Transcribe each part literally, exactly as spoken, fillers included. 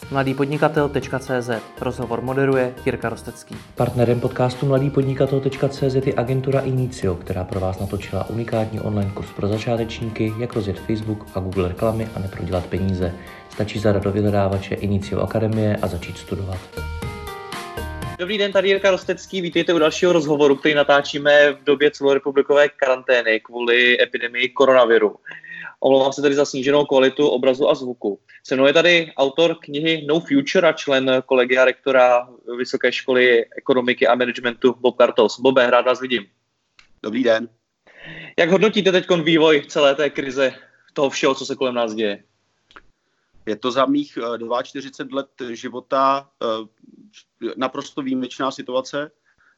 mladý podnikatel tečka cé zet. Rozhovor moderuje Jirka Rostecký. Partnerem podcastu mladý podnikatel tečka cé zet je agentura Inicio, která pro vás natočila unikátní online kurz pro začátečníky, jak rozjet Facebook a Google reklamy a neprodělat peníze. Stačí zadat do vyhledávače Inicio Akademie a začít studovat. Dobrý den, tady Jirka Rostecký, vítejte u dalšího rozhovoru, který natáčíme v době celorepublikové karantény kvůli epidemii koronaviru. Omlouvám se tady za sníženou kvalitu obrazu a zvuku. Se mnou je tady autor knihy No Future a člen kolegia rektora Vysoké školy ekonomiky a managementu Bob Kartos. Bobe, rád vás vidím. Dobrý den. Jak hodnotíte teď vývoj celé té krize, toho všeho, co se kolem nás děje? Je to za mých čtyřicet dva let života naprosto výjimečná situace.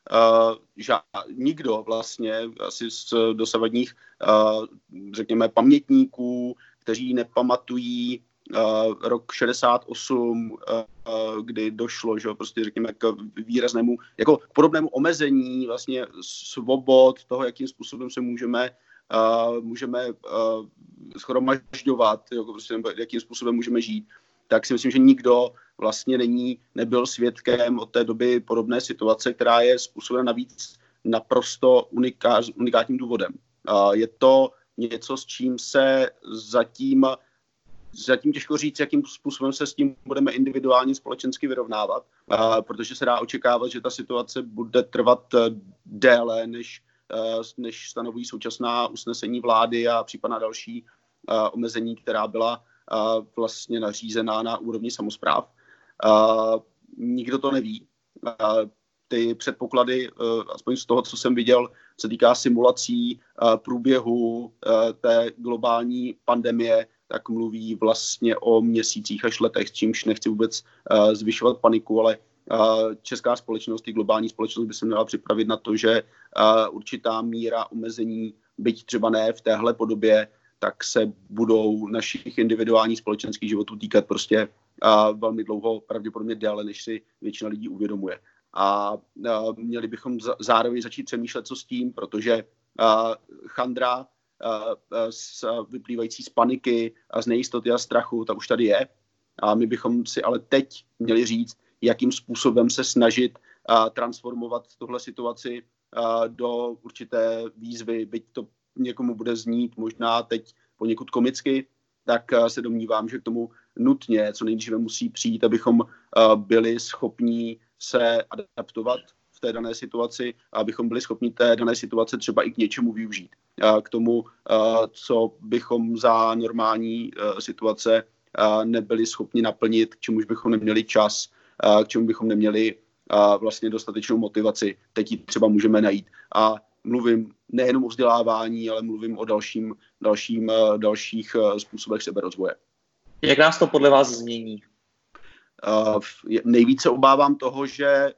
Ža- nikdo vlastně asi z dosavadních, řekněme, pamětníků, kteří nepamatují rok šedesát osm, kdy došlo, že prostě řekněme k výraznému, jako podobnému omezení vlastně svobod, toho, jakým způsobem se můžeme Uh, můžeme uh, shromažďovat, jako prostě, jakým způsobem můžeme žít, tak si myslím, že nikdo vlastně není, nebyl svědkem od té doby podobné situace, která je způsobena navíc naprosto uniká, unikátním důvodem. Uh, je to něco, s čím se zatím, zatím těžko říct, jakým způsobem se s tím budeme individuálně společensky vyrovnávat, uh, protože se dá očekávat, že ta situace bude trvat uh, déle, než než stanovují současná usnesení vlády a případná další uh, omezení, která byla uh, vlastně nařízená na úrovni samospráv. Uh, nikdo to neví. Uh, ty předpoklady, uh, aspoň z toho, co jsem viděl, se týká simulací uh, průběhu uh, té globální pandemie, tak mluví vlastně o měsících až letech, s čímž nechci vůbec uh, zvyšovat paniku, ale česká společnost i globální společnost by se měla připravit na to, že určitá míra omezení, byť třeba ne v téhle podobě, tak se budou našich individuálních společenských životů týkat prostě velmi dlouho, pravděpodobně déle, než si většina lidí uvědomuje. A měli bychom zároveň začít přemýšlet, co s tím, protože chandra vyplývající z paniky a z nejistoty a strachu, ta už tady je. A my bychom si ale teď měli říct, jakým způsobem se snažit uh, transformovat tuhle situaci uh, do určité výzvy, byť to někomu bude znít možná teď poněkud komicky, tak uh, se domnívám, že k tomu nutně co nejdříve musí přijít, abychom uh, byli schopní se adaptovat v té dané situaci, abychom byli schopni té dané situace třeba i k něčemu využít. Uh, k tomu, uh, co bychom za normální uh, situace uh, nebyli schopni naplnit, k čemuž bychom neměli čas, k čemu bychom neměli vlastně dostatečnou motivaci. Teď ji třeba můžeme najít. A mluvím nejenom o vzdělávání, ale mluvím o dalším, dalším, dalších způsobech seberozvoje. Jak nás to podle vás změní? Nejvíce obávám toho, že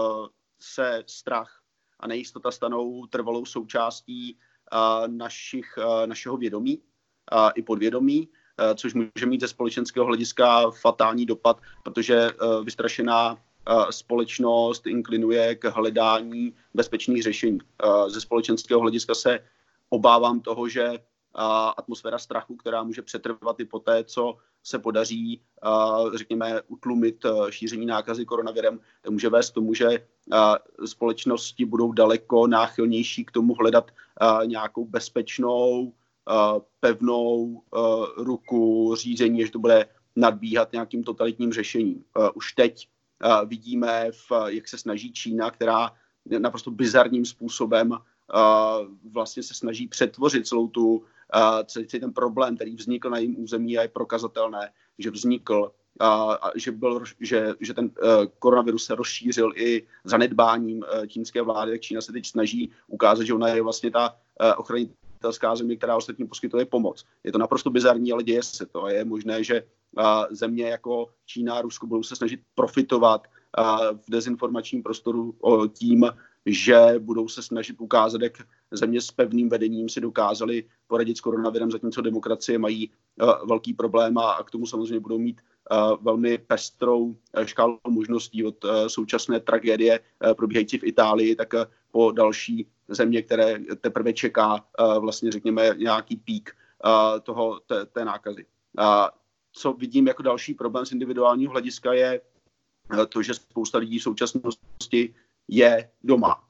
se strach a nejistota stanou trvalou součástí našich, našeho vědomí i podvědomí, což může mít ze společenského hlediska fatální dopad, protože vystrašená společnost inklinuje k hledání bezpečných řešení. Ze společenského hlediska se obávám toho, že atmosféra strachu, která může přetrvat i poté, co se podaří, řekněme, utlumit šíření nákazy koronavirem, může vést k tomu, že společnosti budou daleko náchylnější k tomu hledat nějakou bezpečnou, pevnou ruku řízení, že to bude nadbíhat nějakým totalitním řešením. Už teď vidíme, jak se snaží Čína, která naprosto bizarním způsobem vlastně se snaží přetvořit celou tu, celý ten problém, který vznikl na jejím území a je prokazatelné, že vznikl, že, byl, že, že ten koronavirus se rozšířil i zanedbáním čínské vlády, tak Čína se teď snaží ukázat, že ona je vlastně ta ochranitelská země, která ostatním poskytuje pomoc. Je to naprosto bizarní, ale děje se to. Je možné, že země jako Čína a Rusko budou se snažit profitovat v dezinformačním prostoru tím, že budou se snažit ukázat, jak země s pevným vedením si dokázaly poradit s koronavirem, zatímco demokracie mají velký problém a k tomu samozřejmě budou mít velmi pestrou škálu možností od současné tragédie probíhající v Itálii, tak po další země, které teprve čeká vlastně řekněme nějaký pík toho, té, té nákazy. co vidím jako další problém z individuálního hlediska, je to, že spousta lidí v současnosti je doma.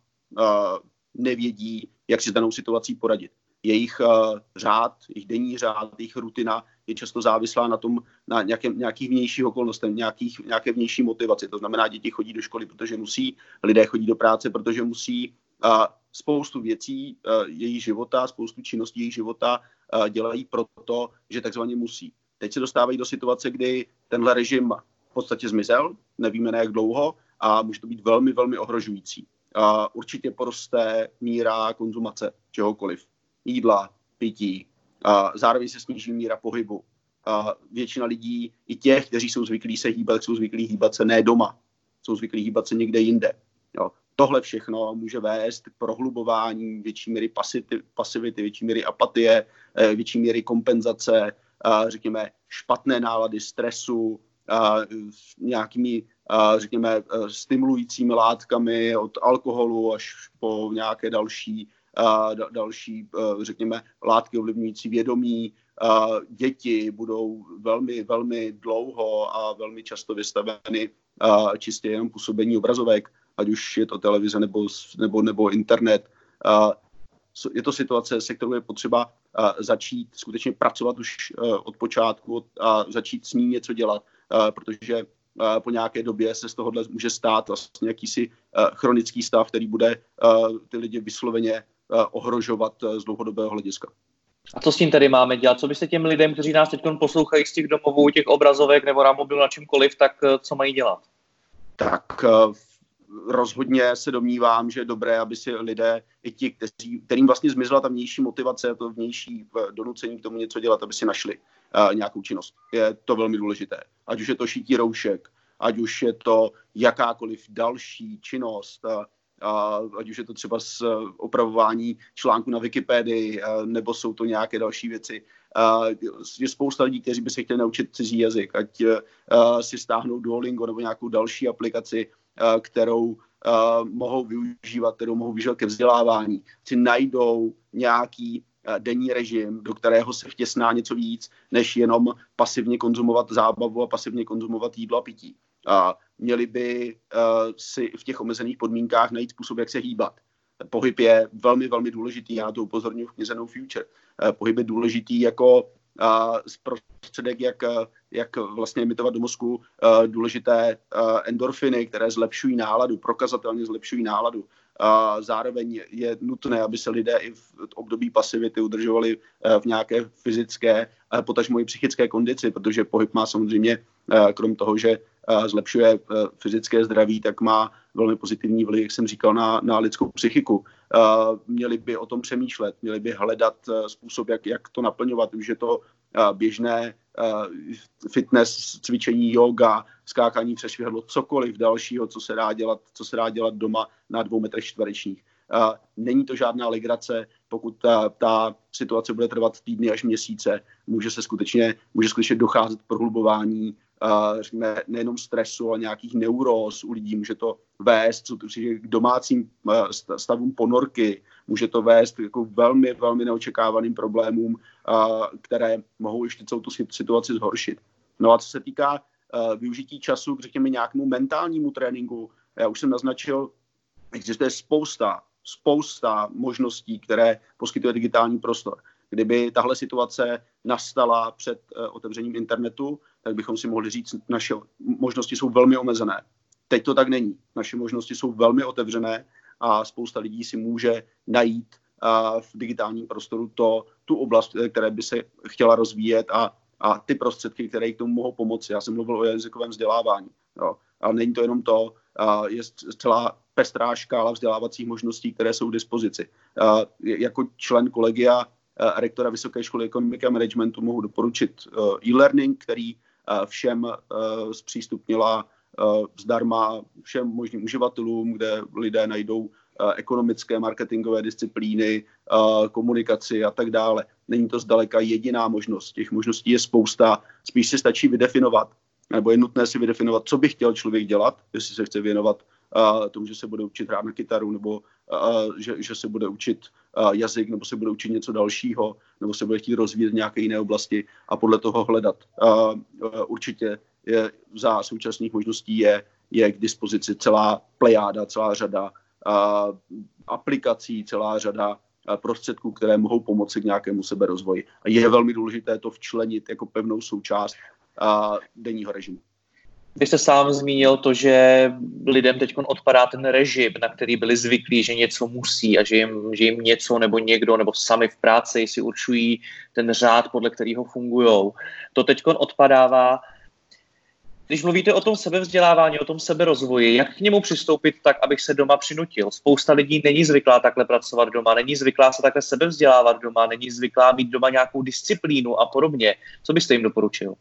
Nevědí, jak si s danou situací poradit. Jejich řád, jejich denní řád, jejich rutina je často závislá na tom, na nějakém, nějakých vnějších okolnostech, nějakých, nějaké vnější motivaci. To znamená, děti chodí do školy, protože musí, lidé chodí do práce, protože musí. A spoustu věcí jejich života, spoustu činností jejich života dělají proto, že takzvaně musí. Teď se dostávají do situace, kdy tenhle režim v podstatě zmizel, nevíme na jak dlouho, a může to být velmi, velmi ohrožující. A určitě poroste míra konzumace čehokoliv. Jídla, pití, a zároveň se sníží míra pohybu. A většina lidí, i těch, kteří jsou zvyklí se hýbat, jsou zvyklí hýbat se ne doma, jsou zvyklí hýbat se někde jinde. Jo. Tohle všechno může vést k prohlubování větší míry pasivity, pasivity větší míry apatie, větší míry kompenzace, řekněme špatné nálady, stresu, nějakými, řekněme, stimulujícími látkami od alkoholu až po nějaké další, další řekněme, látky ovlivňující vědomí. Děti budou velmi, velmi dlouho a velmi často vystaveny čistě jenom působení obrazovek, ať už je to televize nebo, nebo, nebo internet. Je to situace, se kterou je potřeba začít skutečně pracovat už od počátku a začít s ní něco dělat, protože po nějaké době se z tohohle může stát vlastně jakýsi chronický stav, který bude ty lidi vysloveně ohrožovat z dlouhodobého hlediska. A co s tím tedy máme dělat? Co byste těm lidem, kteří nás teď poslouchají z těch domovů, těch obrazovek nebo na mobilu, na čemkoliv, tak co mají dělat? Tak rozhodně se domnívám, že je dobré, aby si lidé, i ti, kteří, kterým vlastně zmizela ta vnější motivace, to vnější donucení k tomu něco dělat, aby si našli uh, nějakou činnost. Je to velmi důležité. Ať už je to šití roušek, ať už je to jakákoliv další činnost, uh, uh, ať už je to třeba z uh, opravování článku na Wikipedii, uh, nebo jsou to nějaké další věci. Uh, je spousta lidí, kteří by se chtěli naučit cizí jazyk, ať uh, si stáhnou Duolingo nebo nějakou další aplikaci, kterou uh, mohou využívat, kterou mohou využívat ke vzdělávání. Si najdou nějaký uh, denní režim, do kterého se vtěsná něco víc, než jenom pasivně konzumovat zábavu a pasivně konzumovat jídlo a pití. Uh, měli by uh, si v těch omezených podmínkách najít způsob, jak se hýbat. Pohyb je velmi, velmi důležitý, já na to upozorňuji v knize No Future. Uh, pohyb je důležitý jako Uh, prostředek, jak, jak vlastně emitovat do mozku uh, důležité uh, endorfiny, které zlepšují náladu, prokazatelně zlepšují náladu. Uh, zároveň je nutné, aby se lidé i v období pasivity udržovali uh, v nějaké fyzické, uh, potažmo i psychické kondici, protože pohyb má samozřejmě, uh, krom toho, že uh, zlepšuje uh, fyzické zdraví, tak má velmi pozitivní vliv, jak jsem říkal, na, na lidskou psychiku. Uh, měli by o tom přemýšlet, měli by hledat uh, způsob, jak, jak to naplňovat. Už je to uh, běžné uh, fitness, cvičení, yoga, skákání přes švihadlo, cokoliv dalšího, co se dá dělat, co se dá dělat doma na dvou metrech čtverečních. Uh, není to žádná legrace, pokud ta, ta situace bude trvat týdny až měsíce, může se skutečně, může skutečně docházet k prohlubování Uh, řekněme, nejenom stresu, ale nějakých neuróz u lidí. Může to vést k domácím uh, stavům ponorky, může to vést jako velmi, velmi neočekávaným problémům, uh, které mohou ještě celou tu situaci zhoršit. No a co se týká uh, využití času k, řekněme, nějakému mentálnímu tréninku, já už jsem naznačil, existuje spousta, spousta možností, které poskytuje digitální prostor. Kdyby tahle situace nastala před uh, otevřením internetu, tak bychom si mohli říct, naše možnosti jsou velmi omezené. Teď to tak není. Naše možnosti jsou velmi otevřené a spousta lidí si může najít uh, v digitálním prostoru to, tu oblast, které by se chtěla rozvíjet a, a ty prostředky, které k tomu mohou pomoci. Já jsem mluvil o jazykovém vzdělávání. Jo. Ale není to jenom to, uh, je celá pestrá škála vzdělávacích možností, které jsou k dispozici. Uh, jako člen kolegia rektora Vysoké školy ekonomiky a managementu mohu doporučit uh, e-learning, který uh, všem uh, zpřístupnila uh, zdarma všem možným uživatelům, kde lidé najdou uh, ekonomické, marketingové disciplíny, uh, komunikaci a tak dále. Není to zdaleka jediná možnost. Těch možností je spousta. Spíš si stačí vydefinovat, nebo je nutné si vydefinovat, co by chtěl člověk dělat, jestli se chce věnovat uh, tomu, že se bude učit hrát na kytaru, nebo uh, že, že se bude učit jazyk, nebo se bude učit něco dalšího, nebo se bude chtít rozvíjet v nějaké jiné oblasti a podle toho hledat. Určitě je, za současných možností je, je k dispozici celá plejáda, celá řada aplikací, celá řada prostředků, které mohou pomoci k nějakému seberozvoji. A je velmi důležité to včlenit jako pevnou součást denního režimu. Vy jste sám zmínil to, že lidem teď odpadá ten režim, na který byli zvyklí, že něco musí a že jim, že jim něco nebo někdo nebo sami v práci si určují ten řád, podle kterého fungují. To teď odpadává. Když mluvíte o tom sebevzdělávání, o tom seberozvoji, jak k němu přistoupit tak, abych se doma přinutil? Spousta lidí není zvyklá takhle pracovat doma, není zvyklá se takhle sebevzdělávat doma, není zvyklá mít doma nějakou disciplínu a podobně. Co byste jim doporučil?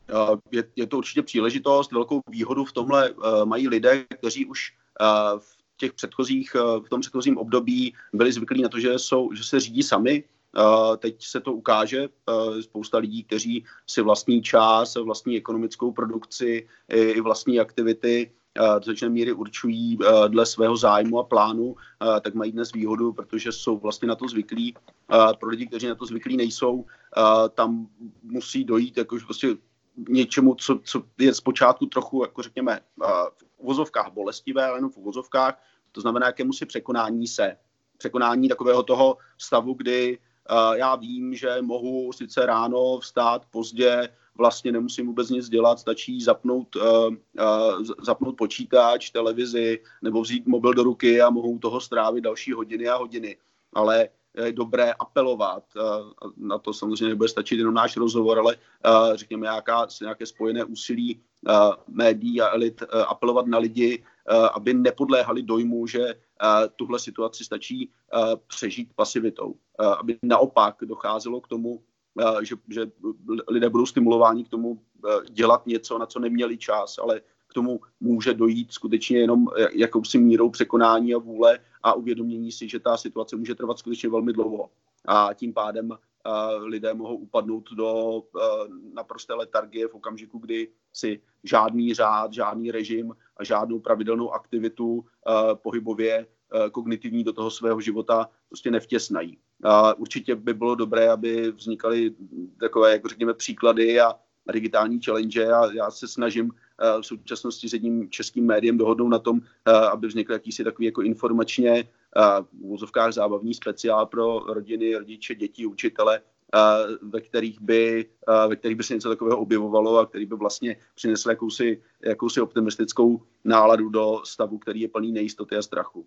Je, je to určitě příležitost, velkou výhodu v tomhle uh, mají lidé, kteří už uh, v těch předchozích, uh, v tom předchozím období byli zvyklí na to, že, jsou, že se řídí sami. Uh, teď se to ukáže. Uh, spousta lidí, kteří si vlastní čas, vlastní ekonomickou produkci i, i vlastní aktivity uh, do značné míry určují uh, dle svého zájmu a plánu, uh, tak mají dnes výhodu, protože jsou vlastně na to zvyklí. Uh, pro lidi, kteří na to zvyklí nejsou, uh, tam musí dojít jakož prostě něčemu, co, co je zpočátku trochu, jako řekněme, v uvozovkách bolestivé, ale jenom v uvozovkách, to znamená jakémusi překonání se. Překonání takového toho stavu, kdy uh, já vím, že mohu sice ráno vstát pozdě, vlastně nemusím vůbec nic dělat, stačí zapnout, uh, uh, zapnout počítač, televizi nebo vzít mobil do ruky a mohu toho strávit další hodiny a hodiny. Ale je dobré apelovat. Na to samozřejmě nebude stačit jenom náš rozhovor, ale řekněme nějaká, nějaké spojené úsilí médií a elit apelovat na lidi, aby nepodléhali dojmu, že tuhle situaci stačí přežít pasivitou. Aby naopak docházelo k tomu, že, že lidé budou stimulováni k tomu dělat něco, na co neměli čas, ale k tomu může dojít skutečně jenom jakousi mírou překonání a vůle a uvědomění si, že ta situace může trvat skutečně velmi dlouho. A tím pádem uh, lidé mohou upadnout do uh, naprosté letargie v okamžiku, kdy si žádný řád, žádný režim a žádnou pravidelnou aktivitu uh, pohybově uh, kognitivní do toho svého života prostě nevtěsnají. Uh, určitě by bylo dobré, aby vznikaly takové, jako řekněme, příklady a digitální challenge a já se snažím v současnosti s jedním českým médiem dohodnout na tom, aby vznikl jakýsi takový jako informačně v uvozovkách zábavní speciál pro rodiny, rodiče, děti, učitele, ve kterých by, ve kterých by se něco takového objevovalo a který by vlastně přinesl jakousi, jakousi optimistickou náladu do stavu, který je plný nejistoty a strachu.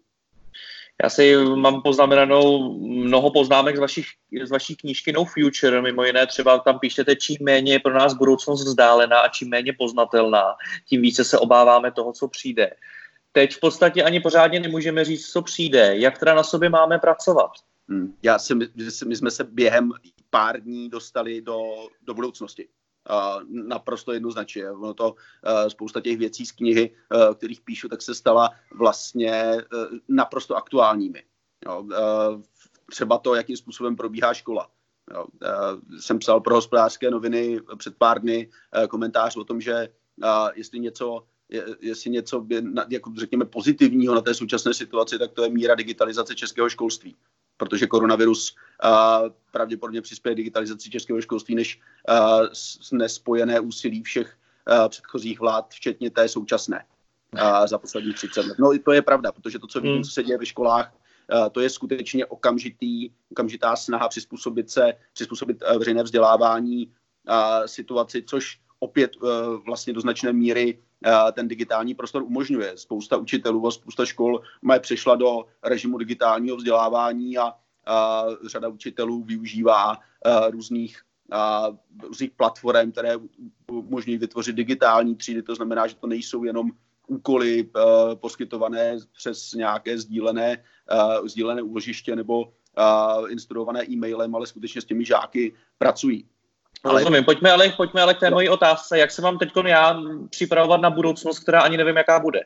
Já si mám poznamenanou mnoho poznámek z, vašich, z vaší knížky No Future, mimo jiné třeba tam píšete, čím méně je pro nás budoucnost vzdálená a čím méně poznatelná, tím více se obáváme toho, co přijde. Teď v podstatě ani pořádně nemůžeme říct, co přijde. Jak teda na sobě máme pracovat? Hmm. Já si, my jsme se během pár dní dostali do, do budoucnosti. Uh, naprosto jednoznačně. Ono to, uh, spousta těch věcí z knihy, uh, o kterých píšu, tak se stala vlastně uh, naprosto aktuálními. Jo, uh, třeba to, jakým způsobem probíhá škola. Jo, uh, jsem psal pro Hospodářské noviny před pár dny uh, komentář o tom, že uh, jestli něco, je, jestli něco je, jako řekněme, pozitivního na té současné situaci, tak to je míra digitalizace českého školství. Protože koronavirus uh, pravděpodobně přispěje digitalizaci českého školství než uh, nespojené úsilí všech uh, předchozích vlád, včetně té současné uh, za posledních třicet let. No i to je pravda, protože to, co vidím, co se děje ve školách, uh, to je skutečně okamžitý, okamžitá snaha přizpůsobit se, přizpůsobit uh, veřejné vzdělávání uh, situaci, což opět uh, vlastně do značné míry uh, ten digitální prostor umožňuje. Spousta učitelů a spousta škol má přešla do režimu digitálního vzdělávání a uh, řada učitelů využívá uh, různých, uh, různých platform, které umožňují vytvořit digitální třídy. To znamená, že to nejsou jenom úkoly uh, poskytované přes nějaké sdílené, uh, sdílené úložiště nebo uh, instruované e-mailem, ale skutečně s těmi žáky pracují. Ale... Rozumím, pojďme ale, pojďme ale k té mojí otázce. Jak se mám teď já připravovat na budoucnost, která ani nevím, jaká bude?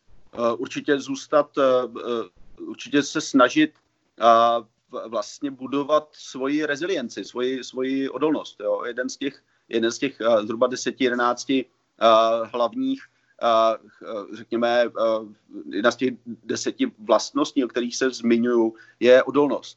Určitě zůstat, určitě se snažit vlastně budovat svoji rezilienci, svoji, svoji odolnost. Jo. Jeden z těch, jeden z těch zhruba deset jedenáct hlavních, řekněme, jedna z těch deseti vlastností, o kterých se zmiňuju, je odolnost.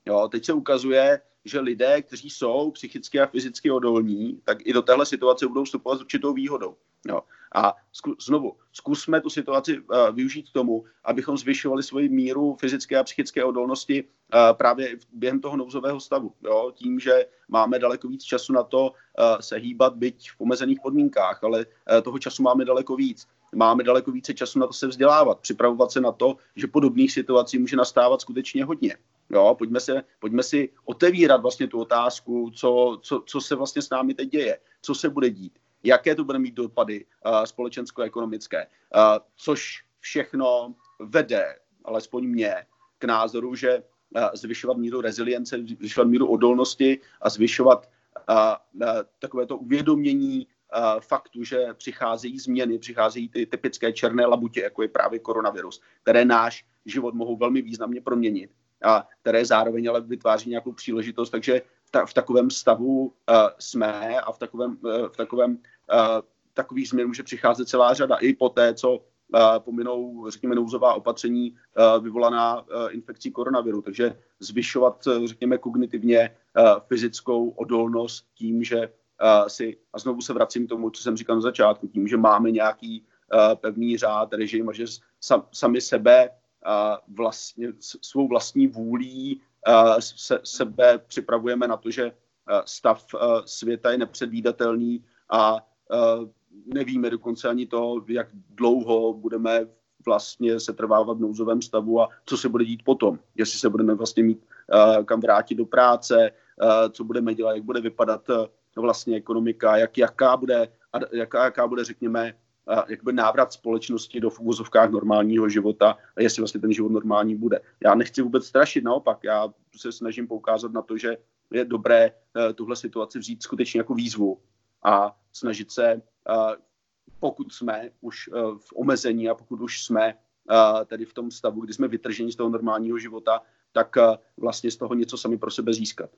Jo, teď se ukazuje, že lidé, kteří jsou psychicky a fyzicky odolní, tak i do téhle situace budou vstupovat s určitou výhodou. Jo. A zku, znovu, zkusme tu situaci uh, využít k tomu, abychom zvyšovali svoji míru fyzické a psychické odolnosti uh, právě během toho nouzového stavu. Jo. Tím, že máme daleko víc času na to uh, se hýbat, byť v omezených podmínkách, ale uh, toho času máme daleko víc. Máme daleko více času na to se vzdělávat, připravovat se na to, že podobných situací může nastávat skutečně hodně. Jo, pojďme, se, pojďme si otevírat vlastně tu otázku, co, co, co se vlastně s námi teď děje, co se bude dít, jaké to bude mít dopady uh, společensko-ekonomické, uh, což všechno vede, alespoň mě, k názoru, že uh, zvyšovat míru rezilience, zvyšovat míru odolnosti a zvyšovat uh, uh, takovéto uvědomění uh, faktu, že přicházejí změny, přicházejí ty typické černé labutě, jako je právě koronavirus, které náš život mohou velmi významně proměnit a které zároveň ale vytváří nějakou příležitost, takže ta, v takovém stavu uh, jsme a v takovém, uh, v takovém uh, takových změn může přicházet celá řada i po té, co uh, pominou, řekněme, nouzová opatření uh, vyvolaná uh, infekcí koronaviru. Takže zvyšovat, uh, řekněme, kognitivně uh, fyzickou odolnost tím, že uh, si, a znovu se vracím k tomu, co jsem říkal na začátku, tím, že máme nějaký uh, pevný řád, režim a že sam, sami sebe uh, vlastně svou vlastní vůlí uh, se, sebe připravujeme na to, že uh, stav uh, světa je nepředvídatelný a uh, nevíme dokonce ani to, jak dlouho budeme vlastně se trvávat v nouzovém stavu a co se bude dít potom. Jestli se budeme vlastně mít uh, kam vrátit do práce, uh, co budeme dělat, jak bude vypadat uh, vlastně ekonomika, jak, jaká, bude, jaká, jaká bude, řekněme, uh, jak bude návrat společnosti do v uvozovkách normálního života a jestli vlastně ten život normální bude. Já nechci vůbec strašit, naopak, já se snažím poukázat na to, že je dobré uh, tuhle situaci vzít skutečně jako výzvu a snažit se, uh, pokud jsme už uh, v omezení a pokud už jsme uh, tedy v tom stavu, kdy jsme vytrženi z toho normálního života, tak uh, vlastně z toho něco sami pro sebe získat.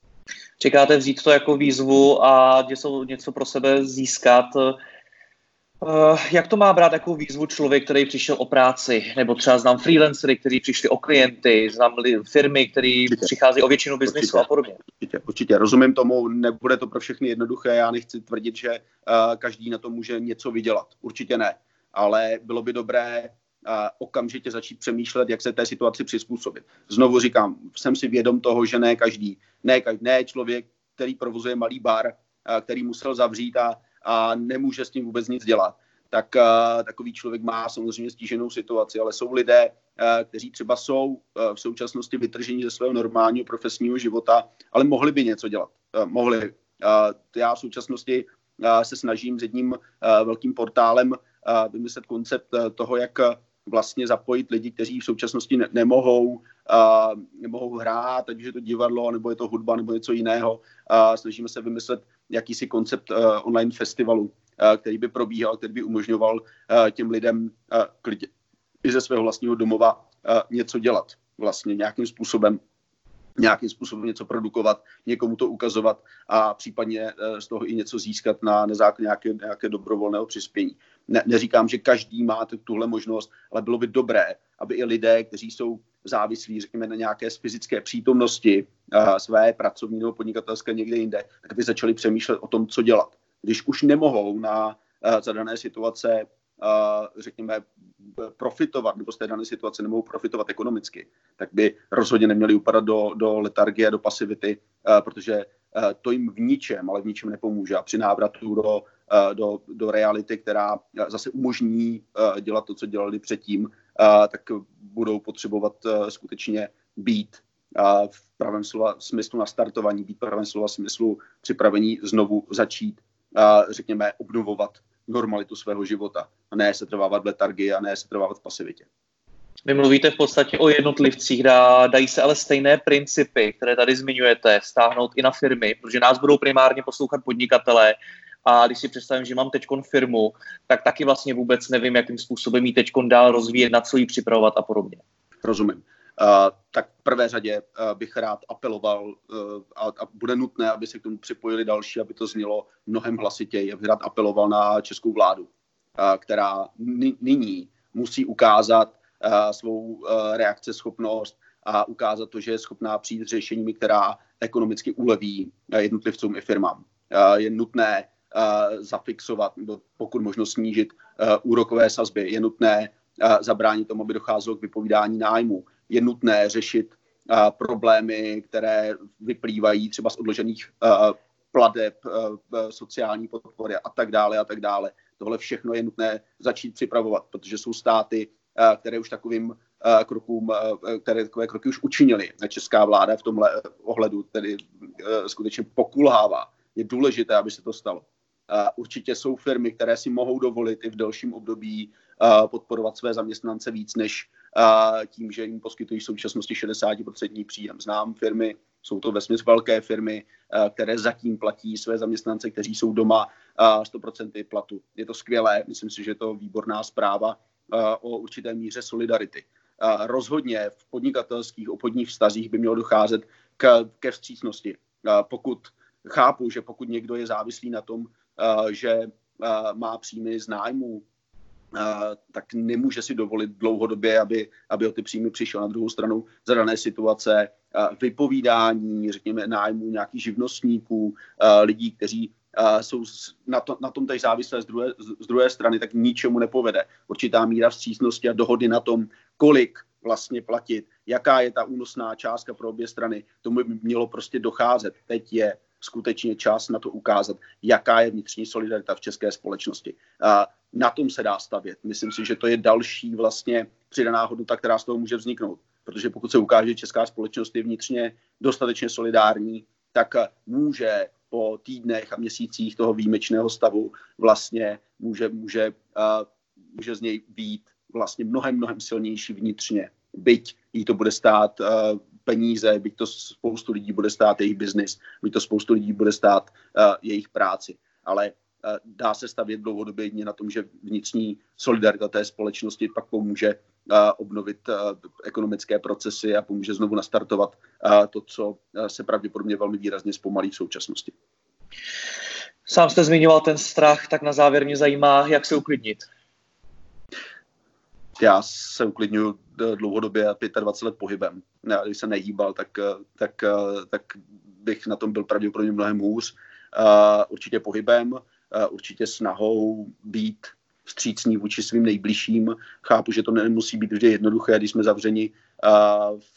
Čekáte vzít to jako výzvu a něco, něco pro sebe získat? Uh, jak to má brát jako výzvu člověk, který přišel o práci? Nebo třeba znám freelancery, kteří přišli o klienty, znám firmy, které přichází o většinu biznesu a podobně. Určitě, určitě, rozumím tomu, nebude to pro všechny jednoduché, já nechci tvrdit, že uh, každý na to může něco vydělat. Určitě ne, ale bylo by dobré uh, okamžitě začít přemýšlet, jak se té situaci přizpůsobit. Znovu říkám, jsem si vědom toho, že ne každý, ne, každý, ne člověk, který provozuje malý bar, uh, který musel zavřít a a nemůže s tím vůbec nic dělat, tak uh, takový člověk má samozřejmě stíženou situaci, ale jsou lidé, uh, kteří třeba jsou uh, v současnosti vytrženi ze svého normálního profesního života, ale mohli by něco dělat. Uh, mohli. Uh, já v současnosti uh, se snažím s jedním uh, velkým portálem uh, vymyslet koncept uh, toho, jak uh, vlastně zapojit lidi, kteří v současnosti ne- nemohou, uh, nemohou hrát, ať už je to divadlo, nebo je to hudba, nebo něco jiného. Uh, snažíme se vymyslet jakýsi koncept uh, online festivalu, uh, který by probíhal, který by umožňoval uh, těm lidem uh, klidně i ze svého vlastního domova uh, něco dělat. Vlastně nějakým způsobem nějakým způsobem něco produkovat, někomu to ukazovat a případně uh, z toho i něco získat na, na základě nějaké, nějaké dobrovolného přispění. Ne, neříkám, že každý má tuhle možnost, ale bylo by dobré, aby i lidé, kteří jsou závislí, řekněme, na nějaké fyzické přítomnosti uh, své pracovní nebo podnikatelské někde jinde, tak by začali přemýšlet o tom, co dělat. Když už nemohou na uh, za dané situace, uh, řekněme, profitovat, nebo z té dané situace nemohou profitovat ekonomicky, tak by rozhodně neměli upadat do, do letargie, do pasivity, uh, protože uh, to jim v ničem, ale v ničem nepomůže. A při návratu do, uh, do, do reality, která zase umožní uh, dělat to, co dělali předtím, Uh, tak budou potřebovat uh, skutečně být uh, v pravém slova smyslu nastartovaní, být v pravém slova smyslu připravení znovu začít, uh, řekněme, obnovovat normalitu svého života. A ne se trvávat v letargii a ne se trvávat v pasivitě. Vy mluvíte v podstatě o jednotlivcích, dá, dají se ale stejné principy, které tady zmiňujete, stáhnout i na firmy, protože nás budou primárně poslouchat podnikatelé. A když si představím, že mám teďkon firmu, tak taky vlastně vůbec nevím, jakým způsobem ji teďkon dál rozvíjet, na co ji připravovat a podobně. Rozumím. Uh, tak v prvé řadě uh, bych rád apeloval uh, a, a bude nutné, aby se k tomu připojili další, aby to znělo mnohem hlasitěji. Já bych rád apeloval na českou vládu, uh, která n- nyní musí ukázat uh, svou uh, reakceschopnost a ukázat to, že je schopná přijít s řešeními, která ekonomicky uleví jednotlivcům i firmám. Je nutné zafixovat, nebo pokud možno snížit úrokové sazby, je nutné zabránit tomu, aby docházelo k vypovídání nájmu, je nutné řešit problémy, které vyplývají třeba z odložených plateb, sociální podpory a tak dále a tak dále. Tohle všechno je nutné začít připravovat, protože jsou státy, které už takovým krokům, které takové kroky už učinily. Česká vláda v tomhle ohledu tedy skutečně pokulhává. Je důležité, aby se to stalo. Určitě jsou firmy, které si mohou dovolit i v delším období podporovat své zaměstnance víc, než tím, že jim poskytují v současnosti šedesát procent příjem. Znám firmy, jsou to vesměs velké firmy, které zatím platí své zaměstnance, kteří jsou doma sto procent platu. Je to skvělé, myslím si, že je to výborná zpráva o určité míře solidarity. Rozhodně v podnikatelských obchodních vztazích by mělo docházet k, ke vstřícnosti. Pokud chápu, že pokud někdo je závislý na tom, že má příjmy z nájmu, tak nemůže si dovolit dlouhodobě, aby, aby o ty příjmy přišel. Na druhou stranu za dané situace vypovídání, řekněme, nájmu nějakých živnostníků, lidí, kteří jsou na, to, na tom teď závislé z druhé, z druhé strany, tak ničemu nepovede. Určitá míra vstřícnosti a dohody na tom, kolik vlastně platit, jaká je ta únosná částka pro obě strany, tomu by mělo prostě docházet. Teď je skutečně čas na to ukázat, jaká je vnitřní solidarita v české společnosti. A na tom se dá stavět. Myslím si, že to je další vlastně přidaná hodnota, která z toho může vzniknout. Protože pokud se ukáže, že česká společnost je vnitřně dostatečně solidární, tak může po týdnech a měsících toho výjimečného stavu vlastně může, může, uh, může z něj být vlastně mnohem, mnohem silnější vnitřně. Byť jí to bude stát uh, peníze, byť to spoustu lidí bude stát jejich biznis, byť to spoustu lidí bude stát uh, jejich práci. Ale uh, dá se stavět dlouhodobě jedině na tom, že vnitřní solidarita té společnosti pak pomůže uh, obnovit uh, ekonomické procesy a pomůže znovu nastartovat uh, to, co uh, se pravděpodobně velmi výrazně zpomalí v současnosti. Sám jste zmiňoval ten strach, tak na závěr mě zajímá, jak se uklidnit. Já se uklidňuji dlouhodobě dvacet pět let pohybem. Já, když jsem nehýbal, tak, tak, tak bych na tom byl pravděpodobně mnohem hůř. Určitě pohybem, určitě snahou být vstřícný vůči svým nejbližším. Chápu, že to nemusí být vždy jednoduché, když jsme zavřeni v,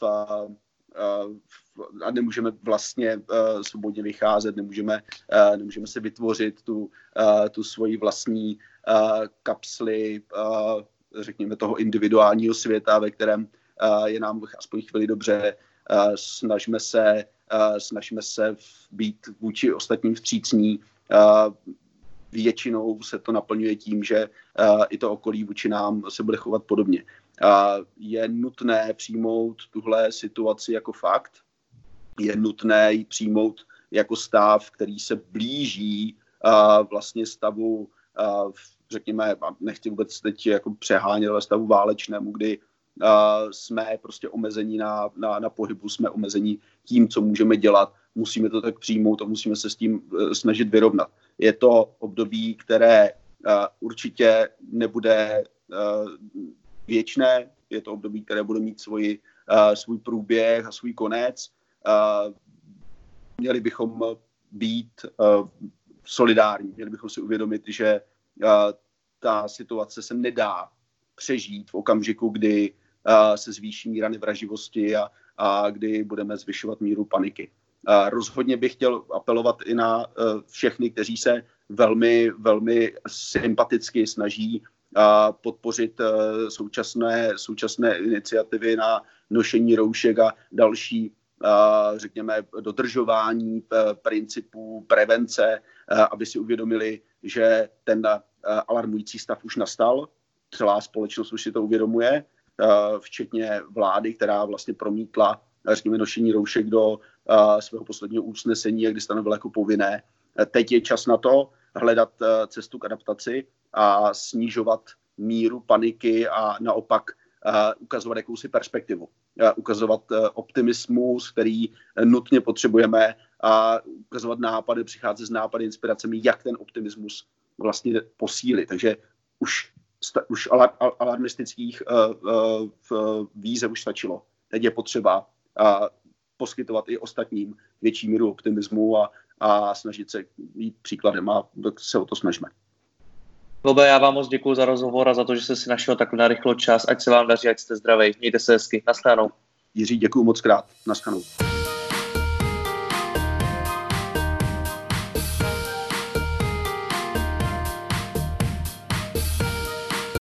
a nemůžeme vlastně svobodně vycházet, nemůžeme, nemůžeme se vytvořit tu, tu svoji vlastní kapsli, řekněme, toho individuálního světa, ve kterém uh, je nám aspoň chvíli dobře. Uh, snažíme se, uh, snažíme se být vůči ostatním vstřícní. Uh, většinou se to naplňuje tím, že uh, i to okolí vůči nám se bude chovat podobně. Uh, je nutné přijmout tuhle situaci jako fakt. Je nutné ji přijmout jako stav, který se blíží uh, vlastně stavu uh, řekněme, nechci vůbec teď jako přehánět, ale stavu válečnému, kdy uh, jsme prostě omezení na, na, na pohybu, jsme omezení tím, co můžeme dělat, musíme to tak přijmout a musíme se s tím uh, snažit vyrovnat. Je to období, které uh, určitě nebude uh, věčné, je to období, které bude mít svoji, uh, svůj průběh a svůj konec. Uh, měli bychom být uh, solidární, měli bychom si uvědomit, že ta situace se nedá přežít v okamžiku, kdy se zvýší míra nevraživosti a, a kdy budeme zvyšovat míru paniky. Rozhodně bych chtěl apelovat i na všechny, kteří se velmi, velmi sympaticky snaží podpořit současné, současné iniciativy na nošení roušek a další, řekněme, dodržování principů prevence, aby si uvědomili, že ten alarmující stav už nastal. Celá společnost už si to uvědomuje, včetně vlády, která vlastně promítla, řekněme, nošení roušek do svého posledního usnesení, kdy stanovila jako povinné. Teď je čas na to hledat cestu k adaptaci a snižovat míru paniky a naopak ukazovat jakousi perspektivu. Ukazovat optimismus, který nutně potřebujeme, a ukazovat nápady, přicházet s nápady, inspiracemi, jak ten optimismus vlastně posílit. Takže už, už alarmistických uh, uh, výzev už stačilo. teď je potřeba a, poskytovat i ostatním větší míru optimismu a, a snažit se jít příkladem a se o to snažíme. Bobe, já vám moc děkuji za rozhovor a za to, že jste si našel takhle narychlo čas. Ať se vám daří, ať jste zdraví. Mějte se hezky. Naschledanou. Jiří, děkuji moc krát. Naschledanou.